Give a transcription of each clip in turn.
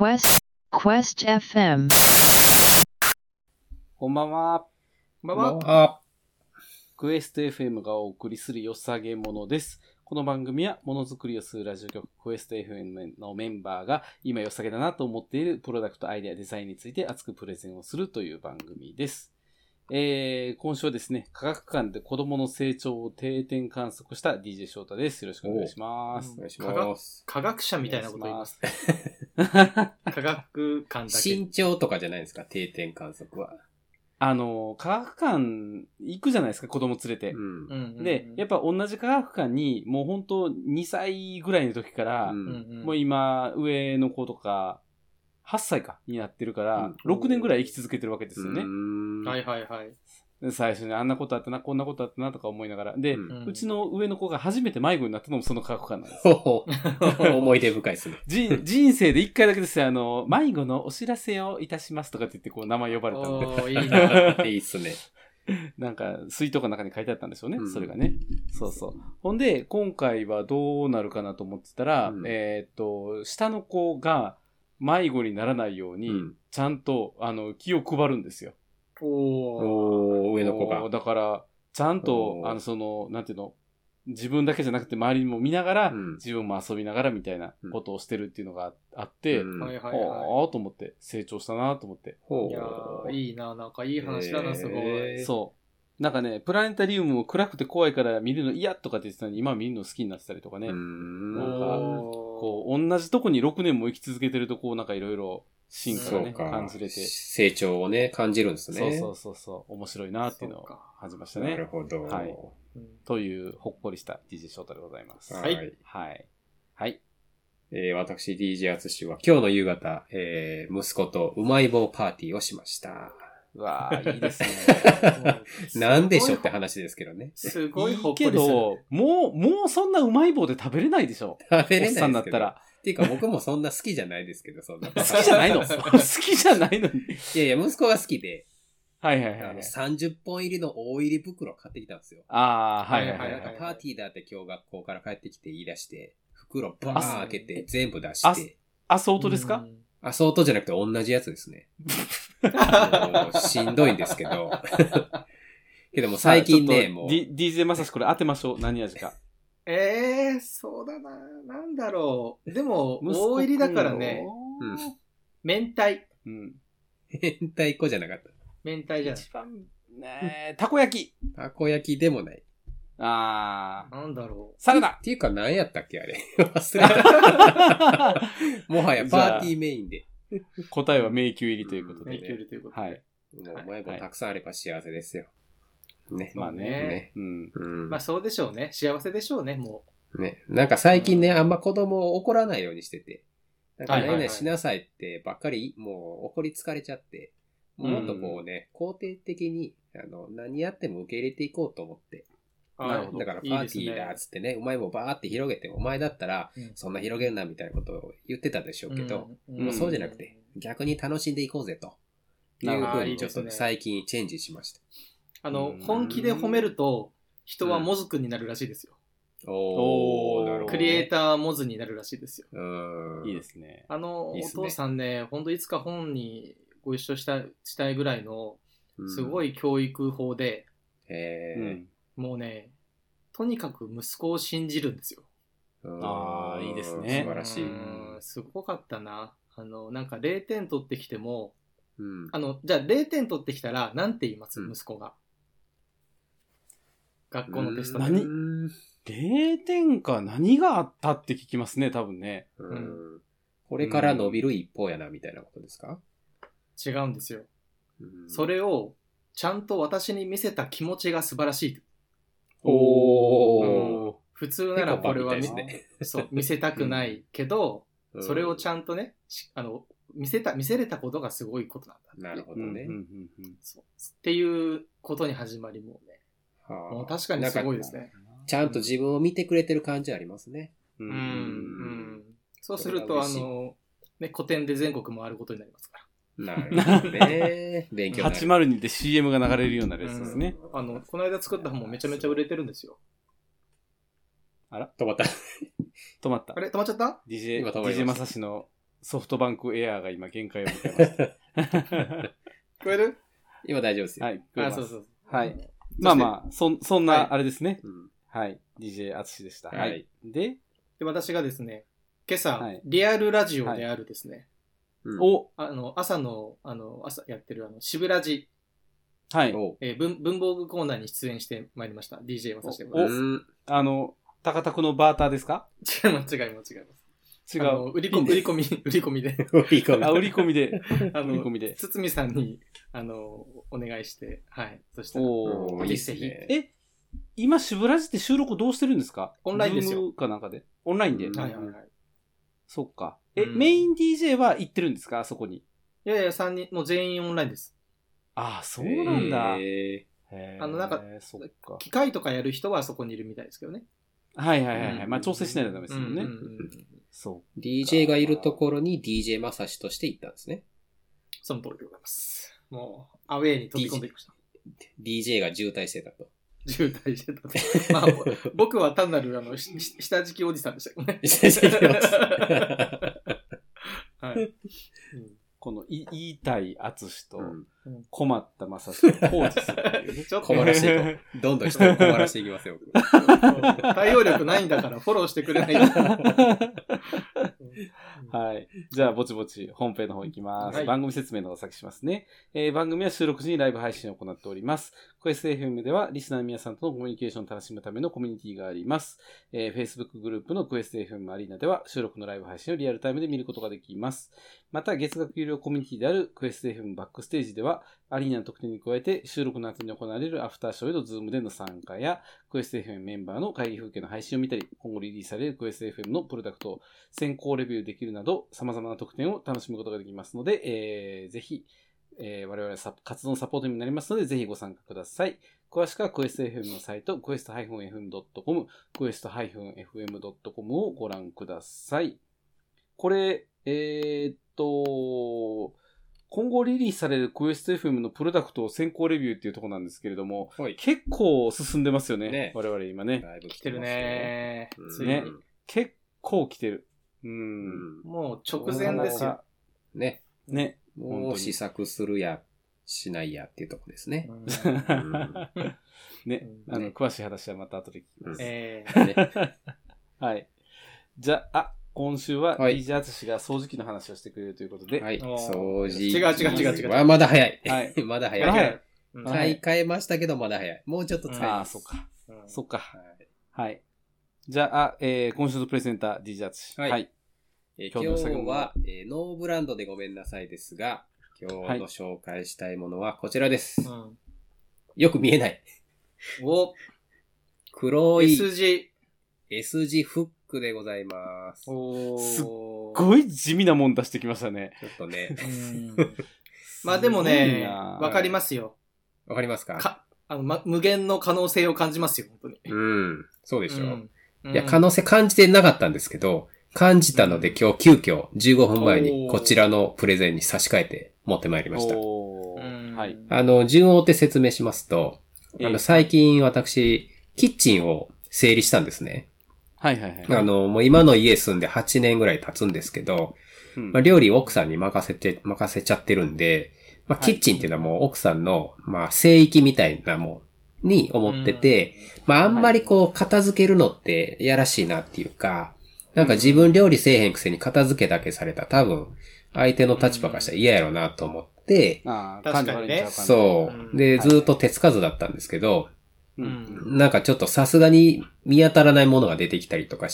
Quest FM。 こんばんは。 こんばんは。 クエスト FM がお送りするよさげものです。この番組はものづくりをするラジオ局クエスト FM のメンバーが今よさげだなと思っているプロダクトアイデアデザインについて熱くプレゼンをするという番組です。今週はですね、科学館で子供の成長を定点観測した DJ 翔太です。よろしくお願いします。 お願いします。科学者みたいなこと言いますね。科学館だけ。 身長とかじゃないですか、定点観測は。 科学館行くじゃないですか、子供連れて。で、やっぱ同じ科学館に、もう本当2歳ぐらいの時から、もう今、上の子とか、8歳かになってるから、6年ぐらい生き続けてるわけですよね。 はいはいはい。 最初にあんなことあったな、こんなことあったなとか思いながら。で、うちの上の子が初めて迷子になったのもその科学館なんです。 思い出深いですね。 人生で1回だけですよ、迷子のお知らせをいたしますとかって言ってこう名前呼ばれたので。 いいな。 いいっすね。 なんか、水筒か中に書いてあったんでしょうね、それがね。そうそう。ほんで、今回はどうなるかなと思ってたら、下の子が迷子にならないように、ちゃんと、気を配るんですよ。 上の子が。 だから、ちゃんと、なんていうの、自分だけじゃなくて周りにも見ながら、自分も遊びながらみたいなことをしてるっていうのがあって、と思って、成長したなと思って。 いやー、いいな、なんかいい話だな、すごい。 そう。なんかね、プラネタリウムも暗くて怖いから見るの嫌とかって言ってたのに、今見るの好きになってたりとかね。なんか、こう、同じとこに6年も生き続けてると、こう、なんかいろいろ進化をね、感じれて。 成長をね、感じるんですね。 そう。面白いなっていうのを感じましたね。 なるほど。 はい。という、ほっこりした DJ 翔太でございます。 はい。私 DJ 淳は今日の夕方、息子とうまい棒パーティーをしました。 うわー、いいですね。 なんでしょって話ですけどね。 すごいほっこりする。 いいけど、もうそんなうまい棒で食べれないでしょ。 食べれないですけど。おっさんだったら。 っていうか僕もそんな好きじゃないですけど、そんな。 好きじゃないの好きじゃないのに。 いや、息子が好きで。 はい。 30本入りの大入り袋買ってきたんですよ。 はい。 なんかパーティーだって今日学校から帰ってきて言い出して、袋バーン開けて全部出して。 アソートですか？ アソートじゃなくて同じやつですね。しんどいんですけど。けども最近ね、もう。 DJ まさしこれ当てましょう。何味か。 そうだな。なんだろう。でも、大入りだからね。明太。 明太子じゃなかった。 明太じゃない。 一番、ねたこ焼き。 たこ焼きでもない。 なんだろう。 サラダっていうか何やったっけあれ。忘れた。もはやパーティーメインで。 答えは迷宮入りということで。 迷宮入りということで。 はい。 もうお前もたくさんあれば幸せですよ。ね。 まあね。まあそうでしょうね。幸せでしょうね、もう。ね。なんか最近ね、あんま子供を怒らないようにしてて。なんか何々しなさいってばっかり、もう怒り疲れちゃって。もっとこうね、肯定的に、何やっても受け入れていこうと思って。だからパーティーだっつってね、うまいもバーって広げて、お前だったら、そんな広げるなみたいなことを言ってたでしょうけど、もうそうじゃなくて、逆に楽しんでいこうぜと。いうふうにちょっと最近チェンジしました。 本気で褒めると、人はモズくんになるらしいですよ。 なるほど。 クリエイターモズになるらしいですよ。 いいですね。 お父さんね、ほんといつか本にご一緒したいぐらいの、すごい教育法で、もうね、とにかく息子を信じるんですよ。 いいですね。 素晴らしい。 すごかったな。なんか0点取ってきても、じゃあ0点取ってきたら、なんて言います、息子が。学校のテストで。 0点か何があったって聞きますね、多分ね。 これから伸びる一方やな、みたいなことですか？ 違うんですよ。それを、ちゃんと私に見せた気持ちが素晴らしい。普通ならこれは見せたくないけど、それをちゃんとね、見せれたことがすごいことなんだ。 なるほどね。 っていうことに始まりもね。もう確かにすごいですね。 ちゃんと自分を見てくれてる感じありますね。 そうすると、古典で全国回ることになりますから。 なるほどね。勉強になる。 802で CM が流れるようなやつですね。 この間作った本もめちゃめちゃ売れてるんですよ。 あら止まった。 止まった。 あれ止まっちゃった？ DJ まさしのソフトバンクエアーが今限界を迎えました。 聞こえる？ 今大丈夫ですよ。 はい、聞こえます。 そうそう。 はい。まあまあ、そんな、あれですね。 はい。 はい。DJ あつしでした。 はい。 で、 私がですね、今朝、 はい、 リアルラジオであるですね、朝やってる渋ラジ、 はい。 文房具コーナーに出演してまいりました。DJ をさせてもらいます。 高田区のバーターですか？ 違います。違う。売り込みで。 売り込みで。 堤さんに、お願いして、はい。そしたら、 いいですね。 今、渋ラジって収録どうしてるんですか？ オンラインですよ。 Zoom かなんかで。オンラインで。 はい。 そっか。メイン DJ は行ってるんですか？あそこに。 いや、3人、もう全員オンラインです。 ああ、そうなんだ。 なんか、機械とかやる人はそこにいるみたいですけどね。 はい。まあ、調整しないとダメですよね。 そう。DJ がいるところに DJ まさしとして行ったんですね。 その通りでございます。もう、アウェーに飛び込んできました。 DJ が渋滞してたと。 まあ、僕は単なる、下敷きおじさんでしたけどね。 下敷きおじさん。はい。 この言いたい淳と困ったまさしを放置するっていうね。 困らしていこう。どんどん人を困らしていきますよ。 対応力ないんだからフォローしてくれない。 はい。じゃあ、ぼちぼち本編の方行きます。はい、番組説明の方を先しますね。番組は収録時にライブ配信を行っております。クエスト FM ではリスナーの皆さんとのコミュニケーションを楽しむためのコミュニティがあります。Facebook グループのクエスト FM アリーナでは収録のライブ配信をリアルタイムで見ることができます。また、月額有料コミュニティであるクエスト FM バックステージでは、アリーナの特典に加えて収録の後に行われるアフターショーへのズームでの参加や、クエスト FM メンバーの会議風景の配信を見たり、今後リリースされるクエスト FM のプロダクトを先行レビューできるなど、様々な特典を楽しむことができますので、ぜひ、我々活動のサポートになりますので、ぜひご参加ください。詳しくはクエスト FM のサイト、quest-fm.com、quest-fm.com をご覧ください。これ、今後リリースされるクエスト FM のプロダクトを先行レビューっていうところなんですけれども、結構進んでますよね。我々今ね。 だいぶ来てるね。 ね。結構来てる。 もう直前ですよ。 ね。もう試作するや、しないやっていうとこですね。 ね。詳しい話はまた後で聞きます。はい。じゃあ、今週は DJ あつしが掃除機の話をしてくれるということで。 はい。掃除機。 違う。 まだ早い。 はい。 まだ早い。買い替えましたけどまだ早い。もうちょっと使います。 そっか。はい。じゃあ、今週のプレゼンター DJ あつし。はい。 今日は、ノーブランドでごめんなさいですが、今日の紹介したいものはこちらです。よく見えない。黒い S 字フックでございます。 すっごい地味なもん出してきましたね。 ちょっとね。 まあでもね、わかりますよ。 わかりますか？ 無限の可能性を感じますよ、本当に。そうでしょ。いや、可能性感じてなかったんですけど、感じたので今日急遽15分前にこちらのプレゼンに差し替えて持ってまいりました。はい。順を追って説明しますと、最近私、キッチンを整理したんですね。もう今の家住んで8年ぐらい経つんですけど、料理奥さんに任せちゃってるんで、キッチンっていうのはもう奥さんの、聖域みたいなもんに思ってて、あんまり片付けるのってやらしいなっていうか、なんか自分料理せえへんくせに片付けだけされたら多分相手の立場からしたら嫌やろなと思って、 確かにね。 そう。で、ずっと手つかずだったんですけど、なんかちょっとさすがに見当たらないものが出てきたりとかして、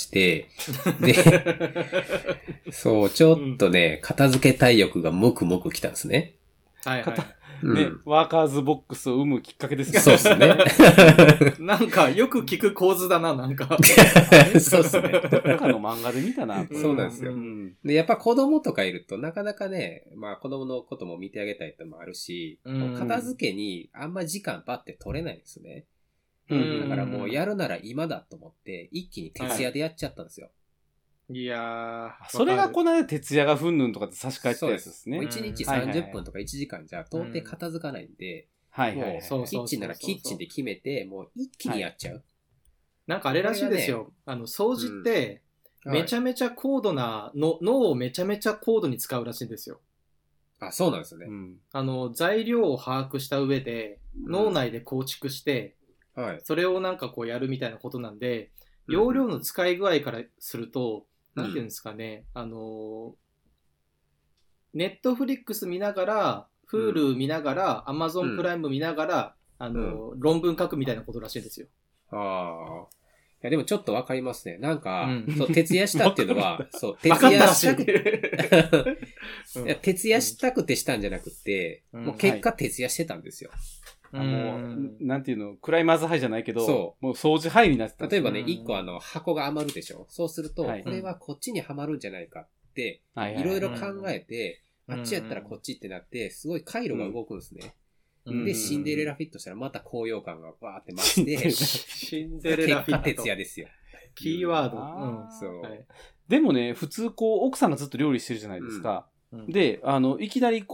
で、そう、ちょっとね、片付けたい欲がムクムク来たんですね。 はいはい。 ね、ワーカーズボックスを生むきっかけですね。そうですね。 なんか、よく聞く構図だな、なんか。 そうですね。 どっかの漫画で見たな。 そうなんですよ。で、やっぱ子供とかいると、なかなかね、子供のことも見てあげたいってのもあるし、片付けにあんま時間パッて取れないんですね。だからもうやるなら今だと思って、一気に徹夜でやっちゃったんですよ。 いやー。 それがこの間徹夜がふんぬんとかって差し替えてたやつですね。 もう1日30分とか1時間じゃ到底片付かないんで、もうキッチンならキッチンで決めて、もう一気にやっちゃう。 なんかあれらしいですよ。掃除って、 めちゃめちゃ高度な脳をめちゃめちゃ高度に使うらしいんですよ。 あ、そうなんですね。 材料を把握した上で、脳内で構築して、 はい。 それをなんかこうやるみたいなことなんで、容量の使い具合からすると、なんていうんですかね、ネットフリックス見ながら、Hulu 見ながら、Amazon プライム見ながら、論文書くみたいなことらしいんですよ。 ああ。いや、でもちょっとわかりますね。なんか、そう、徹夜したっていうのは、そう、徹夜したくて、徹夜したくてしたんじゃなくて、もう結果徹夜してたんですよ。 もう、なんていうの、クライマーズハイじゃないけど、そう。もう掃除ハイになってた。 例えばね、一個箱が余るでしょ。そうすると、これはこっちにはまるんじゃないかって、いろいろ考えて、あっちやったらこっちってなって、すごい回路が動くんですね。で、シンデレラフィットしたらまた高揚感がバーって増して、 シンデレラフィット。 結果徹夜ですよ。 キーワード。 そう。 でもね、普通奥さんがずっと料理してるじゃないですか。で、いきなり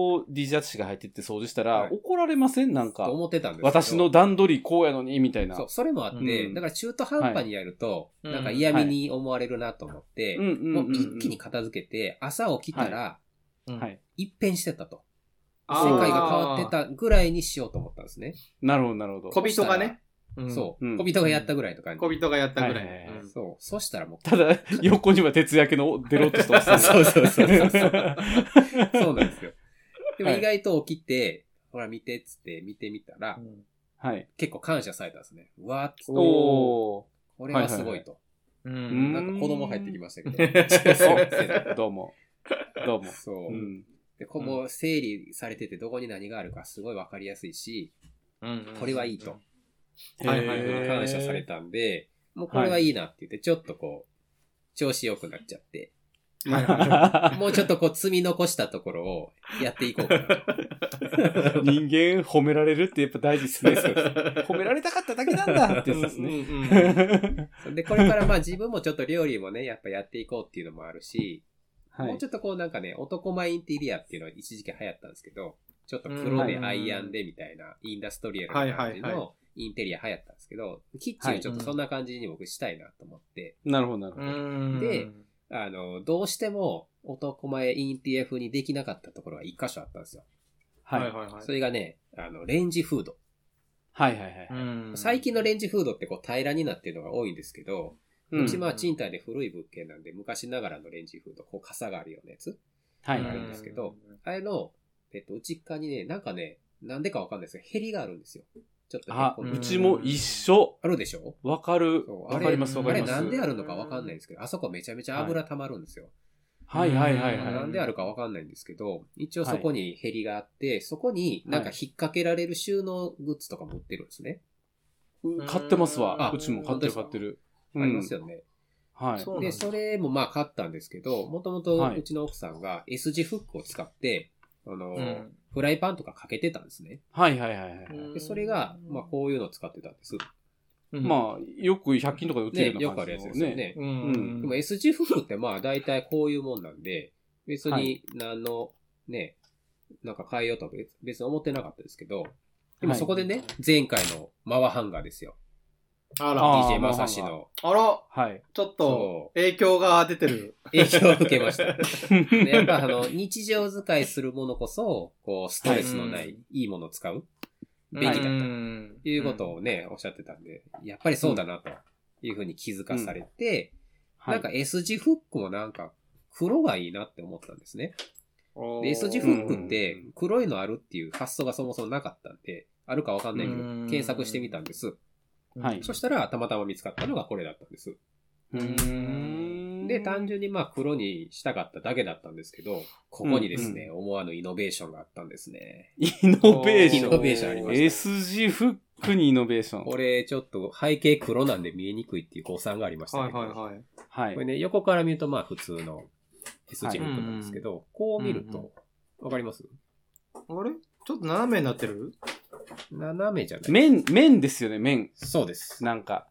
DJ アツシが入ってって掃除したら、怒られません？なんか。 思ってたんです私の段取りこうやのに、みたいな。 そう、それもあって、だから中途半端にやると、なんか嫌味に思われるなと思って、もう一気に片付けて、朝起きたら、一変してたと。世界が変わってたぐらいにしようと思ったんですね。 なるほど、なるほど。 小人がね。 そう。小人がやったぐらいとか。 小人がやったぐらい。 そう。そしたらもう。 ただ、横には徹夜明けの出ろうとしてます。 そう。そうなんですよ。でも意外と起きて、ほら見てっつって見てみたら、結構感謝されたんですね。うわーっつって。これはすごいと。なんか子供入ってきましたけど。 どうも。 そう。で、ここ整理されててどこに何があるかすごいわかりやすいし、これはいいと。感謝されたんで、もうこれはいいなって言って、ちょっと調子良くなっちゃって、もうちょっと積み残したところをやっていこうかなと。 人間褒められるってやっぱ大事ですね。褒められたかっただけなんだってやつですね。 で、これから自分もちょっと料理もね、やっぱやっていこうっていうのもあるし、もうちょっとなんかね、男前インテリアっていうのは一時期流行ったんですけど、ちょっと黒でアイアンでみたいなインダストリアルな感じのインテリア流行ったんですけど、キッチンをちょっとそんな感じに僕したいなと思って。 なるほど、なるほど。 で、どうしても男前インテリア風にできなかったところが一箇所あったんですよ。それがね、レンジフード。最近のレンジフードって平らになってるのが多いんですけど、うち賃貸で古い物件なんで昔ながらのレンジフード、傘があるようなやつあるんですけど、あれの、内側にね、なんでかわかんないですけど、ヘリがあるんですよ。ちょっとうちも一緒。 あるでしょ？ わかる。わかります。 あれなんであるのかわかんないんですけど、あそこめちゃめちゃ油溜まるんですよ。なんであるかわかんないんですけど、一応そこにヘリがあって、そこに引っ掛けられる収納グッズとかも売ってるんですね。 買ってますわ。うちも買ってる。 ありますよね。で、それも買ったんですけど、もともとうちの奥さんが S 字フックを使って、フライパンとかかけてたんですね。で、それが、こういうのを使ってたんです。 よく100均とかで売ってるような感じですよね。 でも S 字フックって大体こういうもんなんで、別に何のね、なんか変えようとは別に思ってなかったですけど、でもそこでね、前回のマワハンガーですよ。DJ まさしの。 ちょっと、影響が出てる。 影響を受けました。でやっぱ日常使いするものこそ、ストレスのない、いいものを使うべきだということをね、おっしゃってたんで、やっぱりそうだなというふうに気づかされて、S 字フックも黒がいいなって思ったんですね。で S 字フックって黒いのあるっていう発想がそもそもなかったんで、あるかわかんないけど、検索してみたんです。そしたらたまたま見つかったのがこれだったんです。で、単純に黒にしたかっただけだったんですけど、ここにですね、思わぬイノベーションがあったんですね。 イノベーションありました。 S 字フックにイノベーション。 これちょっと背景黒なんで見えにくいっていう誤算がありましたけど。これね、横から見ると普通の S 字フックなんですけど、こう見ると、わかります？ あれ？ちょっと斜めになってる？ 斜めじゃない。 面ですよね、面。 そうです。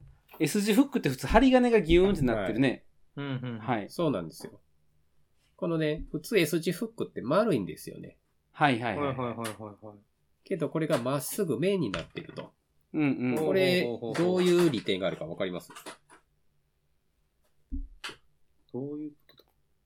S 字フックって普通針金がギューンってなってるね。 そうなんですよ。このね、普通 S 字フックって丸いんですよね。けどこれがまっすぐ面になってると。これ、どういう利点があるかわかります？ どういうことだ。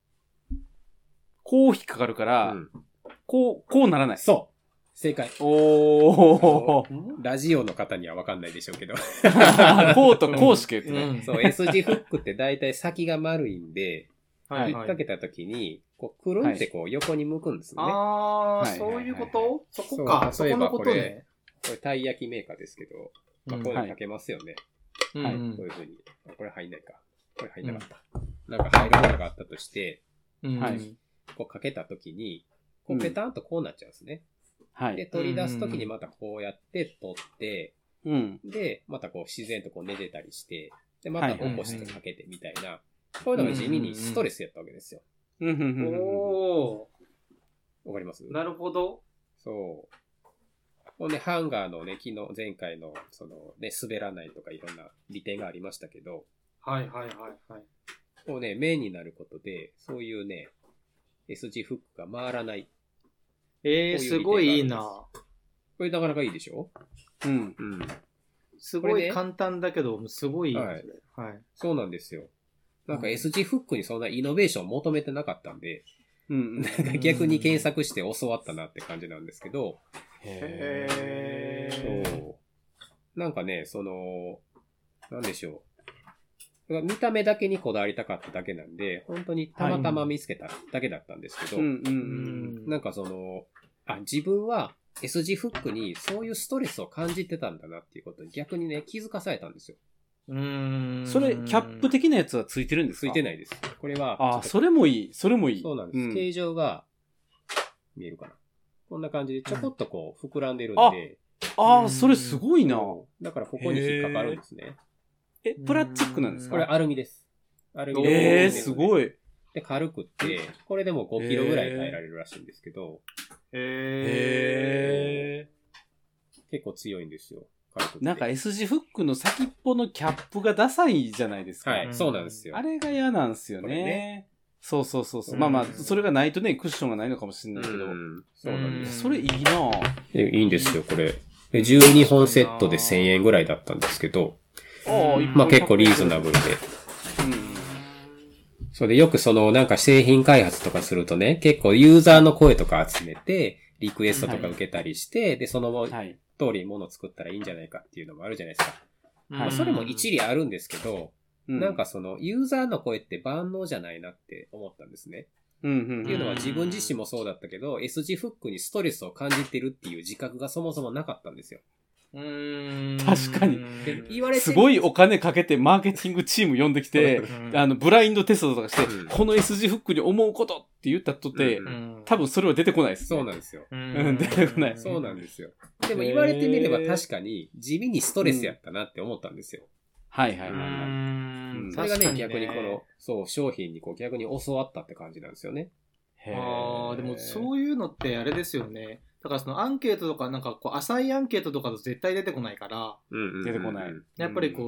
こう引っかかるから、こうならない。 そう。正解。 おー。 ラジオの方には分かんないでしょうけど。 こうとこうしか言ってない。 そう、S 字フックって大体先が丸いんで、 はいはい、 引っ掛けた時に、こう、くるんってこう横に向くんですよね。 ああ、そういうこと、そこか。そこのことね。 これ、たい焼きメーカーですけど、まあ、こういうのかけますよね。 はい。 こういう風に。これ入んないか。これ入んなかった。なんか入るものがあったとして、 はい。 こうかけた時に、こうペタンとこうなっちゃうんですね。はい。で、取り出す時にまたこうやって取って、で、またこう自然とこう寝てたりして、で、また起こしてかけてみたいな、こういうのが地味にストレスやったわけですよ。 おー。 わかります？ なるほど。 そう。ほんで、ハンガーのね、前回の、ね、滑らないとかいろんな利点がありましたけど、 はいはいはいはい。 こうね、面になることで、そういうね、S 字フックが回らない。 すごいいいな。 これなかなかいいでしょ？うん。 すごい簡単だけど、すごいいい。はい。 そうなんですよ。なんか S 字フックにそんなイノベーションを求めてなかったんで、なんか逆に検索して教わったなって感じなんですけど、そう。なんかね、なんでしょう。見た目だけにこだわりたかっただけなんで、本当にたまたま見つけただけだったんですけど、なんか自分は S 字フックにそういうストレスを感じてたんだなっていうことに逆にね、気づかされたんですよ。 それ、キャップ的なやつはついてるんですか？ ついてないです。これは。 あ、それもいい。それもいい。 そうなんです。形状が、見えるかな。こんな感じでちょこっとこう膨らんでるんで。 それすごいな。 だからここに引っかかるんですね。 プラスチックなんですか？ これアルミです。アルミで。 すごい。 で、軽くって、これでも5キロぐらい耐えられるらしいんですけど。結構強いんですよ。 なんか S 字フックの先っぽのキャップがダサいじゃないですか。 はい、そうなんですよ。 あれが嫌なんですよね。そう。まあ、それがないとね、クッションがないのかもしれないけど。 そうなんです。 それいいな。 いいんですよ、これ。12本セットで1000円ぐらいだったんですけど。まあ結構リーズナブルで。それでよくなんか製品開発とかするとね、結構ユーザーの声とか集めて、リクエストとか受けたりして、で、その通りものを作ったらいいんじゃないかっていうのもあるじゃないですか。まあ、それも一理あるんですけど、なんかユーザーの声って万能じゃないなって思ったんですね。っていうのは自分自身もそうだったけど、S 字フックにストレスを感じてるっていう自覚がそもそもなかったんですよ。 確かに。 言われてすごいお金かけてマーケティングチーム呼んできて、ブラインドテストとかして、この S 字フックに思うことって言ったとて、多分それは出てこないです。 そうなんですよ。 出てこない。 そうなんですよ。でも言われてみれば確かに地味にストレスやったなって思ったんですよ。 はい。 それがね、逆に商品に逆に教わったって感じなんですよね。 でもそういうのってあれですよね。だからアンケートとかなんか浅いアンケートとかだと絶対出てこないから、 出てこない。 やっぱり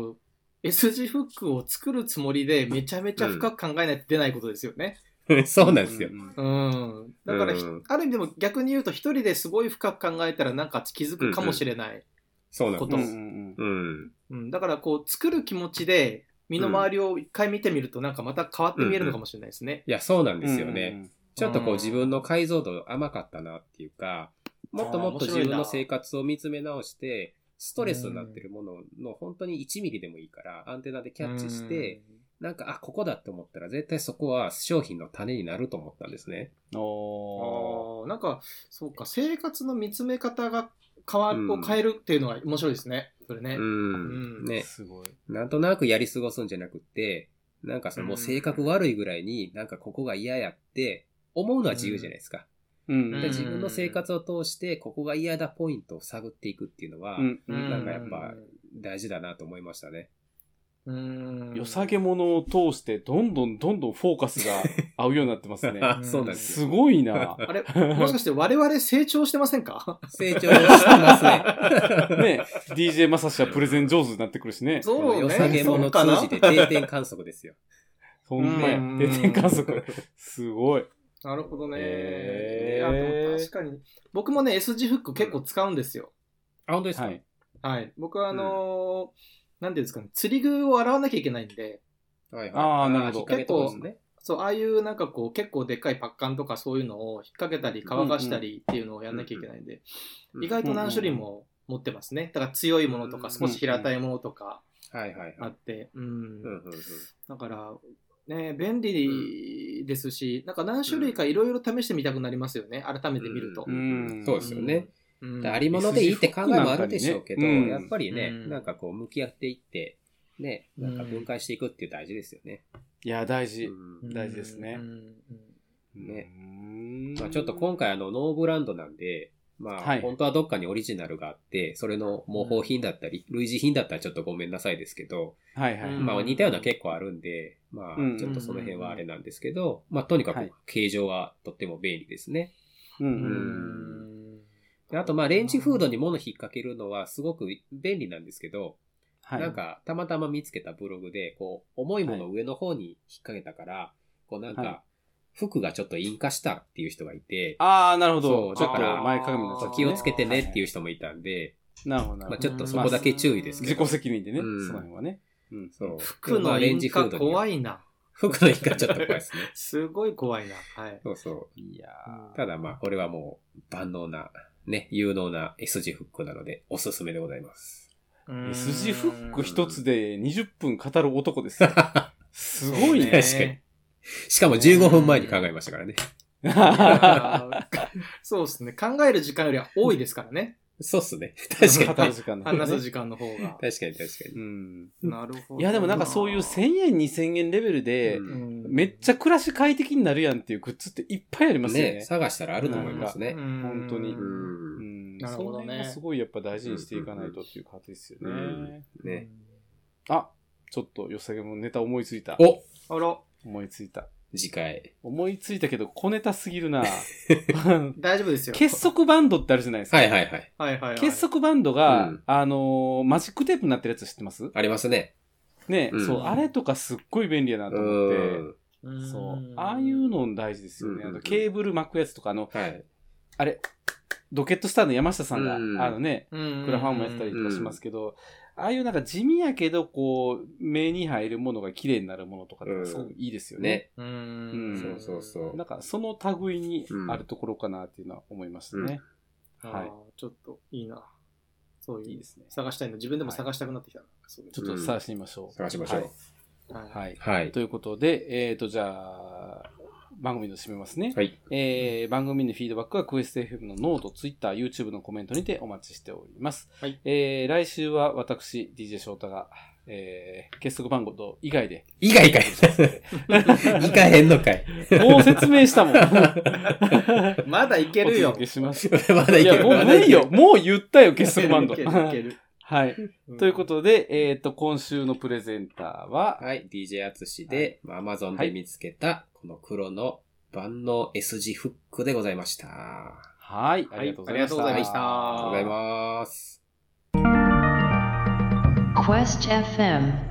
S 字フックを作るつもりでめちゃめちゃ深く考えないと出ないことですよね。 そうなんですよ。 だから、ある意味でも逆に言うと一人ですごい深く考えたらなんか気づくかもしれないこと。だから作る気持ちで身の回りを一回見てみるとなんかまた変わって見えるのかもしれないですね。 いや、そうなんですよね。ちょっと自分の解像度甘かったなっていうか、もっともっと自分の生活を見つめ直して、ストレスになってるものの本当に1ミリでもいいからアンテナでキャッチして、なんか、ここだって思ったら絶対そこは商品の種になると思ったんですね。 なんか、そうか、生活の見つめ方が変えるっていうのは面白いですね。それね。 ね。 すごい。 なんとなくやり過ごすんじゃなくって、なんかもう性格悪いぐらいになんかここが嫌やって思うのは自由じゃないですか。自分の生活を通してここが嫌だポイントを探っていくっていうのは、なんかやっぱ大事だなと思いましたね。 良さげものを通してどんどんフォーカスが合うようになってますね。 そうなんですよ。すごいな。 あれ、もしかして我々成長してませんか？ 成長してますね。 ね、DJ まさしはプレゼン上手になってくるしね。 そうね。 良さげもの通じて定点観測ですよ。 ほんまや。定点観測。すごい。 なるほどね。でも確かに。僕もね、S 字フック結構使うんですよ。 あ、本当ですか？ はい。僕はなんていうんですかね、釣り具を洗わなきゃいけないんで。 なるほど。 結構、 そう、ああいうなんかこう結構でっかいパッカンとかそういうのを引っ掛けたり乾かしたりっていうのをやんなきゃいけないんで、意外と何種類も持ってますね。だから強いものとか少し平たいものとかあって、だからね、便利ですし、なんか何種類かいろいろ試してみたくなりますよね。改めて見ると。 そうですよね。ありものでいいって考えもあるでしょうけど、やっぱりね、なんかこう向き合っていって、ね、なんか分解していくっていう大事ですよね。 いや、大事ですね。 ね。まあちょっと今回ノーブランドなんで、まあ本当はどっかにオリジナルがあって、それの模倣品だったり、類似品だったらちょっとごめんなさいですけど、まあ似たような結構あるんで、まあちょっとその辺はあれなんですけど、まあとにかく形状はとっても便利ですね。あとまあレンジフードに物引っ掛けるのはすごく便利なんですけど、なんかたまたま見つけたブログで、こう重いものを上の方に引っ掛けたから、こうなんか服がちょっと引火したっていう人がいて、 ああ、なるほど。 だから前かがみの気をつけてねっていう人もいたんで、 なるほど。 まあちょっとそこだけ注意ですけど。 自己責任でね、その辺はね。 服の引火怖いな。 服の引火ちょっと怖いですね。 すごい怖いな。はい。 そう。いやただまあこれはもう万能な、ね、有能な S 字フックなのでおすすめでございます。 S 字フック一つで20分語る男ですよ。すごいね。 確かに。しかも15分前に考えましたからね。 そうですね。考える時間よりは多いですからね。 そうっすね。確かに。話す時間の方が。 確かに。 なるほど。 いやでもなんかそういう1000円2000円レベルで、めっちゃ暮らし快適になるやんっていうグッズっていっぱいありますよね。 探したらあると思いますね。 本当に。 なるほどね。 すごいやっぱ大事にしていかないとっていう感じですよね。 ね。 あ、ちょっとよさげもネタ思いついた。 あら。 思いついた。 次回。 思いついたけど小ネタすぎるな。 大丈夫ですよ。 結束バンドってあるじゃないですか。 はい。 結束バンドが、マジックテープになってるやつ知ってます？ ありますね。 ね、そう、あれとかすっごい便利やなと思って、そう、ああいうの大事ですよね。ケーブル巻くやつとかあれ、ロケットスターの山下さんが、クラファンもやってたりとかしますけど、ああいうなんか地味やけど、こう、目に入るものが綺麗になるものとかってすごくいいですよね。 そう。 なんかその類にあるところかなっていうのは思いましたね。 はい。ちょっといいな。そういいですね。探したいの。自分でも探したくなってきた。 ちょっと探してみましょう。 探しましょう。 はい。ということで、じゃあ、番組の締めますね。番組のフィードバックはクエスト FM のノート、ツイッター、YouTube のコメントにてお待ちしております。来週は私、DJ 翔太が、結束番号以外で。 以外かい。いかへんのかい。 もう説明したもん。 まだいけるよ。 お届けします。 まだいける。 もうないよ。もう言ったよ、結束バンド。 いける。 はい。ということで、今週のプレゼンターは、 DJ 淳で、Amazon で見つけた、この黒の万能 S 字フックでございました。 はい。ありがとうございました。 ありがとうございました。 ありがとうございます。 Quest FM